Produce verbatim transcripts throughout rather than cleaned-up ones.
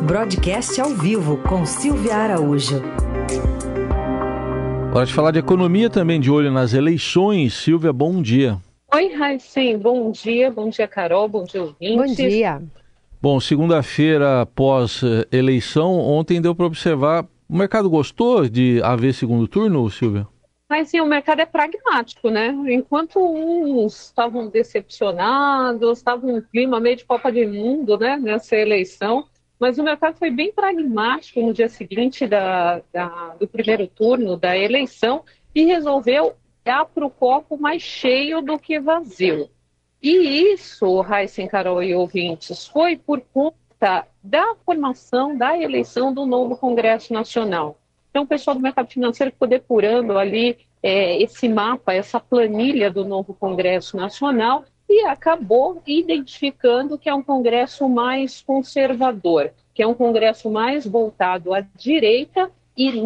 Broadcast ao vivo com Silvia Araújo. Hora de falar de economia também, de olho nas eleições. Silvia, bom dia. Oi, Raicen, bom dia. Bom dia, Carol. Bom dia, ouvintes. Bom dia. Bom, segunda-feira após eleição, ontem deu para observar, o mercado gostou de haver segundo turno, Silvia? Mas sim, o mercado é pragmático, né? Enquanto uns estavam decepcionados, estava um clima meio de Copa do Mundo, né, nessa eleição, mas o mercado foi bem pragmático no dia seguinte da, da, do primeiro turno da eleição e resolveu olhar para o copo mais cheio do que vazio. E isso, Raicen, Carol e ouvintes, foi por conta da formação da eleição do novo Congresso Nacional. Então, o pessoal do mercado financeiro ficou depurando ali é, esse mapa, essa planilha do novo Congresso Nacional e acabou identificando que é um Congresso mais conservador, que é um Congresso mais voltado à direita e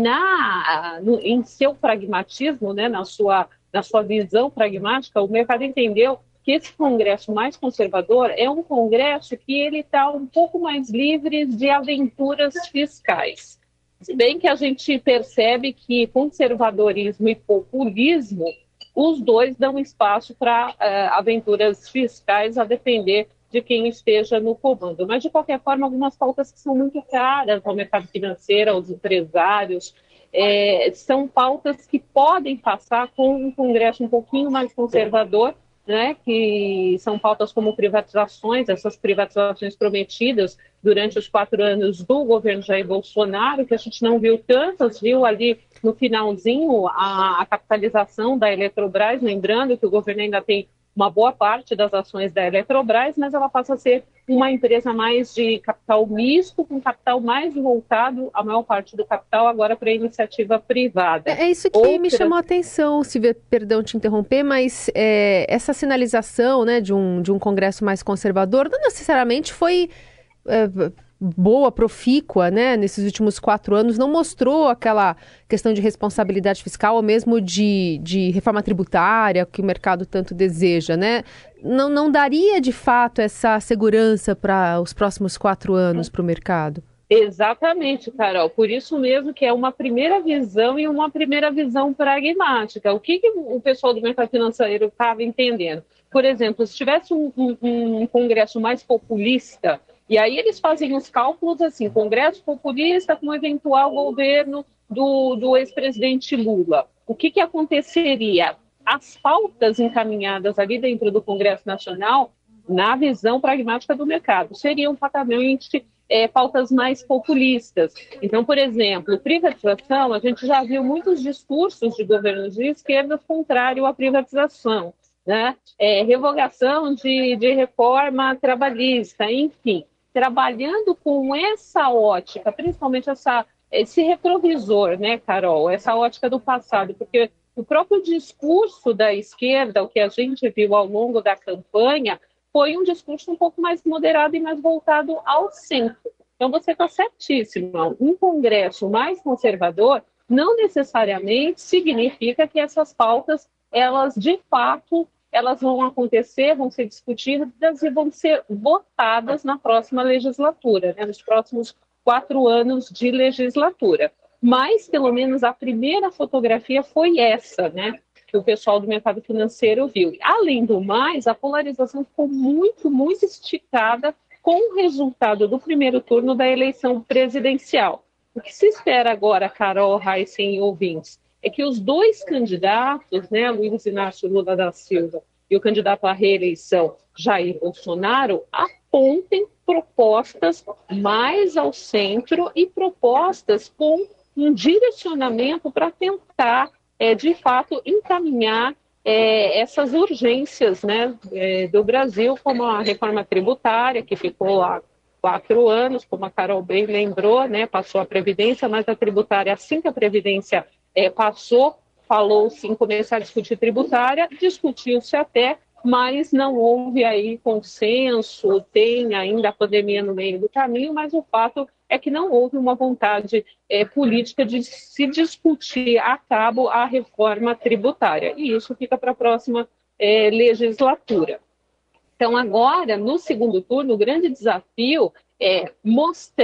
na, no, em seu pragmatismo, né, na, sua, na sua visão pragmática, o mercado entendeu que esse Congresso mais conservador é um Congresso que ele está um pouco mais livre de aventuras fiscais. Se bem que a gente percebe que conservadorismo e populismo, os dois dão espaço para uh, aventuras fiscais a depender de quem esteja no comando. Mas, de qualquer forma, algumas pautas que são muito caras ao mercado financeiro, aos empresários, é, são pautas que podem passar com um Congresso um pouquinho mais conservador, né, que são pautas como privatizações, essas privatizações prometidas durante os quatro anos do governo Jair Bolsonaro, que a gente não viu tantas, viu ali no finalzinho a, a capitalização da Eletrobras, lembrando que o governo ainda tem uma boa parte das ações da Eletrobras, mas ela passa a ser uma empresa mais de capital misto, com capital mais voltado, a maior parte do capital, agora para a iniciativa privada. É, é isso que Outra... me chamou a atenção, Silvia, perdão te interromper, mas é, essa sinalização, né, de, um, de um Congresso mais conservador não necessariamente foi é, boa, profícua, né, nesses últimos quatro anos, não mostrou aquela questão de responsabilidade fiscal ou mesmo de, de reforma tributária que o mercado tanto deseja, né? Não, não daria, de fato, essa segurança para os próximos quatro anos para o mercado? Exatamente, Carol. Por isso mesmo que é uma primeira visão e uma primeira visão pragmática. O que, que o pessoal do mercado financeiro estava entendendo? Por exemplo, se tivesse um, um, um congresso mais populista, e aí eles fazem os cálculos assim, congresso populista com o eventual governo do, do ex-presidente Lula. O que, que aconteceria? As pautas encaminhadas ali dentro do Congresso Nacional, na visão pragmática do mercado, seriam fatalmente é, pautas mais populistas. Então, por exemplo, privatização, a gente já viu muitos discursos de governos de esquerda contrário à privatização, né? É, revogação de, de reforma trabalhista, enfim. Trabalhando com essa ótica, principalmente essa, esse retrovisor, né, Carol? Essa ótica do passado, porque o próprio discurso da esquerda, o que a gente viu ao longo da campanha, foi um discurso um pouco mais moderado e mais voltado ao centro. Então, você está certíssima. Um congresso mais conservador não necessariamente significa que essas pautas, elas de fato, elas vão acontecer, vão ser discutidas e vão ser votadas na próxima legislatura, né, nos próximos quatro anos de legislatura. Mas, pelo menos, a primeira fotografia foi essa, né, que o pessoal do mercado financeiro viu. Além do mais, a polarização ficou muito, muito esticada com o resultado do primeiro turno da eleição presidencial. O que se espera agora, Carol, Raicen e ouvintes, é que os dois candidatos, né, Luiz Inácio Lula da Silva e o candidato à reeleição, Jair Bolsonaro, apontem propostas mais ao centro e propostas com um direcionamento para tentar, é, de fato, encaminhar é, essas urgências, né, é, do Brasil, como a reforma tributária, que ficou há quatro anos, como a Carol bem lembrou, né, passou a Previdência, mas a tributária, assim que a Previdência é, passou, falou-se em começar a discutir tributária, discutiu-se até, mas não houve aí consenso, tem ainda a pandemia no meio do caminho, mas o fato é que não houve uma vontade é, política de se discutir a cabo a reforma tributária. E isso fica para a próxima é, legislatura. Então, agora, no segundo turno, o grande desafio é mostrar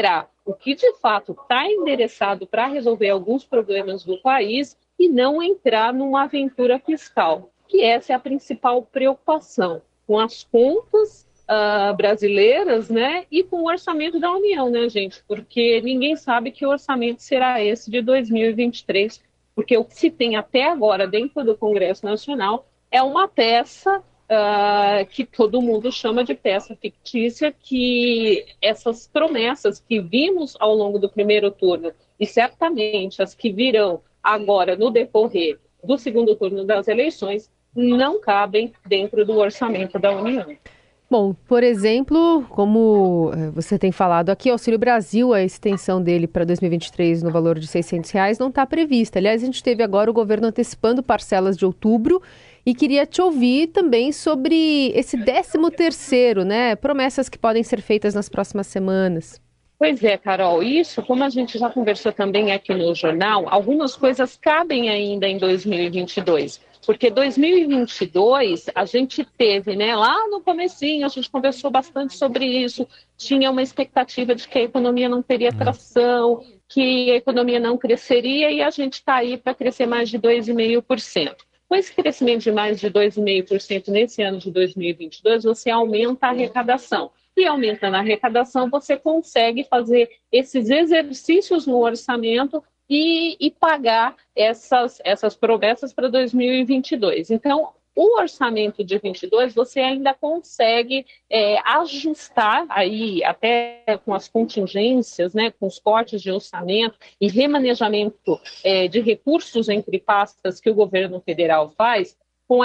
o que de fato está endereçado para resolver alguns problemas do país e não entrar numa aventura fiscal, que essa é a principal preocupação, com as contas uh, brasileiras, né, e com o orçamento da União, né, gente? Porque ninguém sabe que orçamento será esse de dois mil e vinte e três, porque o que se tem até agora dentro do Congresso Nacional é uma peça uh, que todo mundo chama de peça fictícia, que essas promessas que vimos ao longo do primeiro turno e certamente as que virão agora no decorrer do segundo turno das eleições não cabem dentro do orçamento da União. Bom, por exemplo, como você tem falado aqui, o Auxílio Brasil, a extensão dele para dois mil e vinte e três no valor de seiscentos reais não está prevista. Aliás, a gente teve agora o governo antecipando parcelas de outubro e queria te ouvir também sobre esse décimo terceiro, né? Promessas que podem ser feitas nas próximas semanas. Pois é, Carol, isso, como a gente já conversou também aqui no jornal, algumas coisas cabem ainda em dois mil e vinte e dois, porque dois mil e vinte e dois a gente teve, né, lá no comecinho, a gente conversou bastante sobre isso, tinha uma expectativa de que a economia não teria tração, que a economia não cresceria e a gente está aí para crescer mais de dois vírgula cinco por cento. Com esse crescimento de mais de dois vírgula cinco por cento nesse ano de dois mil e vinte e dois, você aumenta a arrecadação. E aumentando a arrecadação, você consegue fazer esses exercícios no orçamento e, e pagar essas, essas promessas para dois mil e vinte e dois. Então, o orçamento de vinte e dois, você ainda consegue é, ajustar aí, até com as contingências, né, com os cortes de orçamento e remanejamento é, de recursos entre pastas que o governo federal faz. Com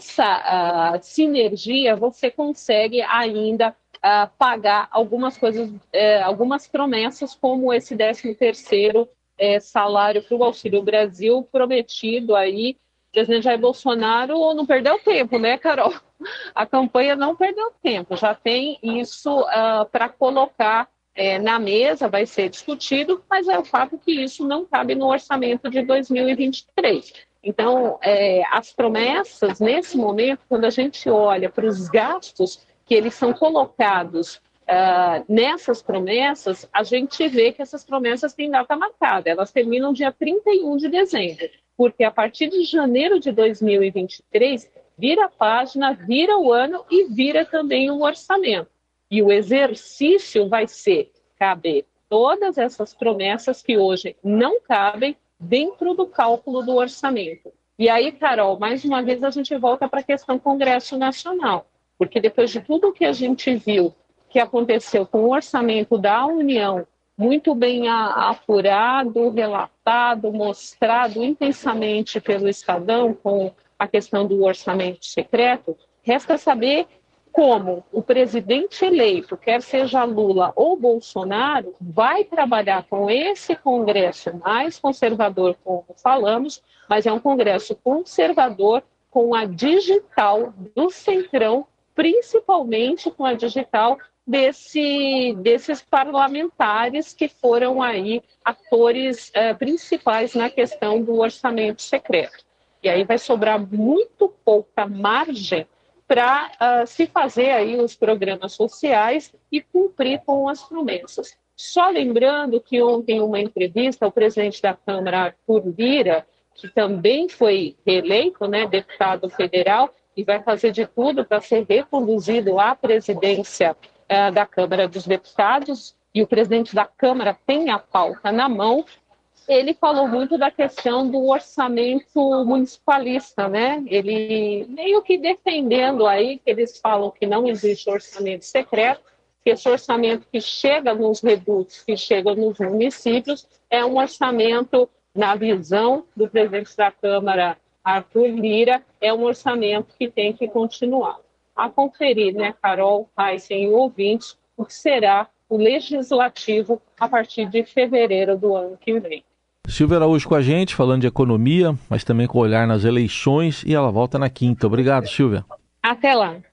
essa uh, sinergia, você consegue ainda Uh, pagar algumas coisas, uh, algumas promessas, como esse décimo terceiro uh, salário para o Auxílio Brasil prometido aí. O presidente Jair Bolsonaro não perdeu tempo, né, Carol? A campanha não perdeu tempo, já tem isso uh, para colocar uh, na mesa, vai ser discutido, mas é o fato que isso não cabe no orçamento de dois mil e vinte e três. Então, uh, as promessas, nesse momento, quando a gente olha para os gastos que eles são colocados uh, nessas promessas, a gente vê que essas promessas têm data marcada. Elas terminam dia trinta e um de dezembro, porque a partir de janeiro de dois mil e vinte e três, vira a página, vira o ano e vira também o orçamento. E o exercício vai ser caber todas essas promessas que hoje não cabem dentro do cálculo do orçamento. E aí, Carol, mais uma vez a gente volta para a questão Congresso Nacional. Porque depois de tudo que a gente viu que aconteceu com o orçamento da União, muito bem apurado, relatado, mostrado intensamente pelo Estadão com a questão do orçamento secreto, resta saber como o presidente eleito, quer seja Lula ou Bolsonaro, vai trabalhar com esse Congresso mais conservador, como falamos, mas é um Congresso conservador com a digital do Centrão, principalmente com a digital desse, desses parlamentares que foram aí atores eh, principais na questão do orçamento secreto. E aí vai sobrar muito pouca margem para uh, se fazer aí os programas sociais e cumprir com as promessas. Só lembrando que ontem, em uma entrevista, o presidente da Câmara, Arthur Lira, que também foi reeleito, né, deputado federal, e vai fazer de tudo para ser reconduzido à presidência uh, da Câmara dos Deputados, e o presidente da Câmara tem a pauta na mão. Ele falou muito da questão do orçamento municipalista, né? Ele meio que defendendo aí, que eles falam que não existe orçamento secreto, que esse orçamento que chega nos redutos, que chega nos municípios, é um orçamento, na visão do presidente da Câmara, Arthur Lira, é um orçamento que tem que continuar. A conferir, né, Carol, Heisen e ouvintes, o que será o legislativo a partir de fevereiro do ano que vem. Silvia Araújo com a gente, falando de economia, mas também com olhar nas eleições, e ela volta na quinta. Obrigado, Silvia. Até lá.